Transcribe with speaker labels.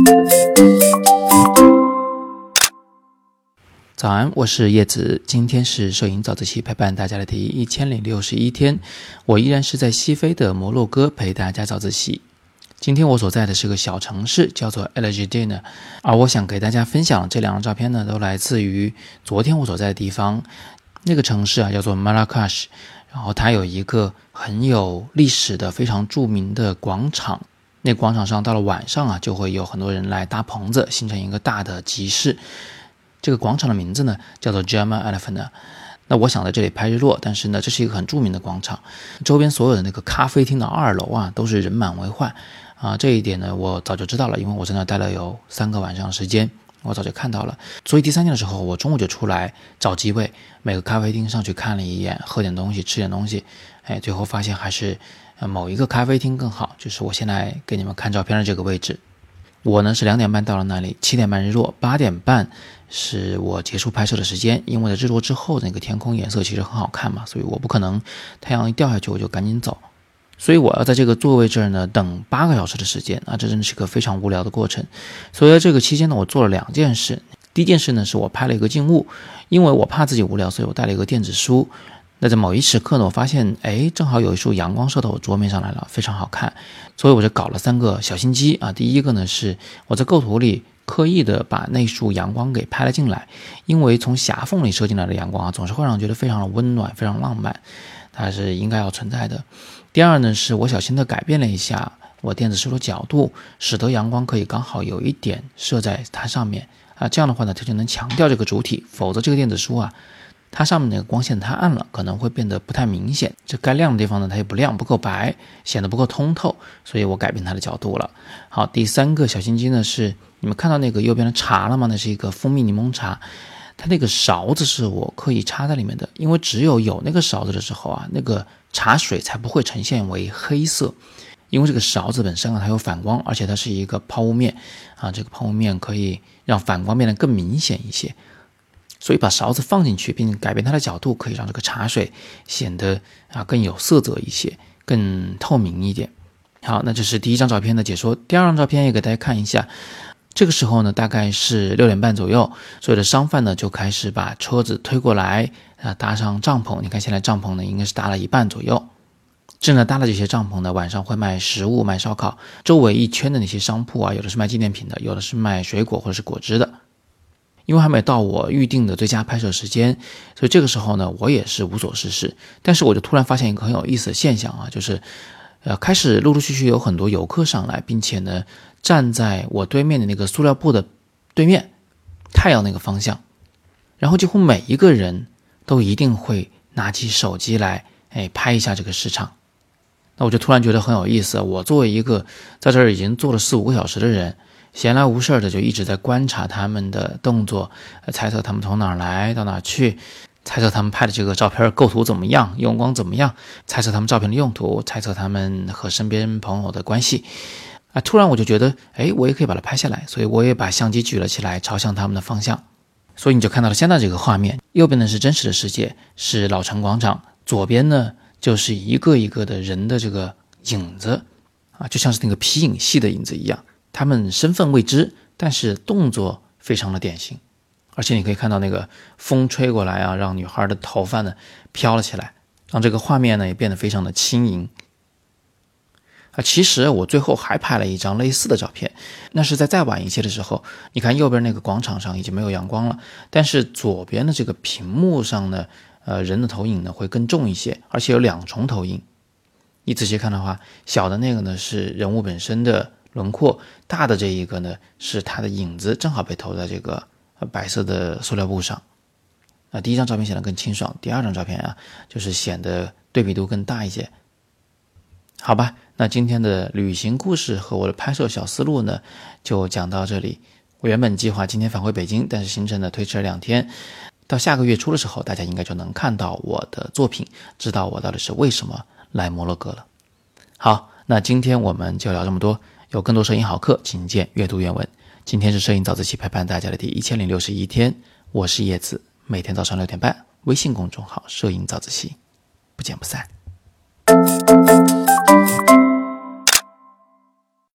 Speaker 1: 早安，我是叶子，今天是摄影早自习陪伴大家的第1061天，我依然是在西非的摩洛哥陪大家早自习。今天我所在的是个小城市，叫做 El Jidina， 而我想给大家分享这两张照片呢，都来自于昨天我所在的地方。那个城市叫做 Marrakesh， 然后它有一个很有历史的非常著名的广场，那广场上到了晚上就会有很多人来搭棚子，形成一个大的集市。这个广场的名字呢叫做 Jama Elephant。 那我想在这里拍日落，但是呢这是一个很著名的广场，周边所有的那个咖啡厅的2楼都是人满为患这一点呢我早就知道了，因为我在那待了有3个晚上的时间，我早就看到了。所以第3天的时候，我中午就出来找机位，每个咖啡厅上去看了一眼，喝点东西，吃点东西，最后发现还是某一个咖啡厅更好，就是我现在给你们看照片的这个位置。我呢是2点半到了那里，7点半日落，8点半是我结束拍摄的时间。因为在日落之后的那个天空颜色其实很好看嘛，所以我不可能太阳一掉下去我就赶紧走，所以我要在这个座位这儿呢等8个小时的时间这真的是个非常无聊的过程。所以在这个期间呢，我做了2件事。第一件事呢是我拍了一个静物，因为我怕自己无聊，所以我带了一个电子书。那在某一时刻呢，我发现正好有一束阳光射到我桌面上来了，非常好看，所以我就搞了3个小心机第一个呢是我在构图里刻意的把那束阳光给拍了进来，因为从狭缝里射进来的阳光总是会让人觉得非常的温暖，非常浪漫，它是应该要存在的。第二呢是我小心的改变了一下我电子书的角度，使得阳光可以刚好有一点射在它上面这样的话呢它就能强调这个主体，否则这个电子书它上面那个光线太暗了，可能会变得不太明显，这该亮的地方呢它也不亮，不够白，显得不够通透，所以我改变它的角度了。好，第3个小心机呢是你们看到那个右边的茶了吗？那是一个蜂蜜柠檬茶，它那个勺子是我刻意插在里面的，因为只有那个勺子的时候那个茶水才不会呈现为黑色，因为这个勺子本身它有反光，而且它是一个抛物面这个抛物面可以让反光变得更明显一些，所以把勺子放进去并改变它的角度，可以让这个茶水显得更有色泽一些，更透明一点。好，那这是第1张照片的解说。第2张照片也给大家看一下。这个时候呢大概是6点半左右，所有的商贩呢就开始把车子推过来搭上帐篷。你看现在帐篷呢应该是搭了一半左右，正在搭的这些帐篷呢晚上会卖食物，卖烧烤，周围一圈的那些商铺有的是卖纪念品的，有的是卖水果或者是果汁的。因为还没到我预定的最佳拍摄时间，所以这个时候呢我也是无所事事。但是我就突然发现一个很有意思的现象就是开始陆陆续续有很多游客上来，并且呢站在我对面的那个塑料布的对面，太阳那个方向，然后几乎每一个人都一定会拿起手机来拍一下这个市场。那我就突然觉得很有意思，我作为一个在这儿已经坐了4-5个小时的人，闲来无事的就一直在观察他们的动作，猜测他们从哪儿来到哪儿去，猜测他们拍的这个照片构图怎么样，用光怎么样，猜测他们照片的用途，猜测他们和身边朋友的关系突然我就觉得我也可以把它拍下来，所以我也把相机举了起来，朝向他们的方向。所以你就看到了现在这个画面，右边呢是真实的世界，是老城广场，左边呢就是一个一个的人的这个影子就像是那个皮影戏的影子一样，他们身份未知，但是动作非常的典型。而且你可以看到那个风吹过来让女孩的头发呢飘了起来，让这个画面呢也变得非常的轻盈其实我最后还拍了一张类似的照片，那是在再晚一些的时候，你看右边那个广场上已经没有阳光了，但是左边的这个屏幕上呢人的投影呢会更重一些，而且有2重投影。你仔细看的话，小的那个呢是人物本身的轮廓，大的这一个呢是它的影子正好被投在这个白色的塑料布上第1张照片显得更清爽，第2张照片就是显得对比度更大一些。好吧，那今天的旅行故事和我的拍摄小思路呢就讲到这里。我原本计划今天返回北京，但是行程呢推迟了2天，到下个月初的时候大家应该就能看到我的作品，知道我到底是为什么来摩洛哥了。好，那今天我们就聊这么多，有更多摄影好课请见阅读原文。今天是摄影早自习陪伴大家的第1061天，我是叶子，每天早上6点半，微信公众号摄影早自习，不见不散。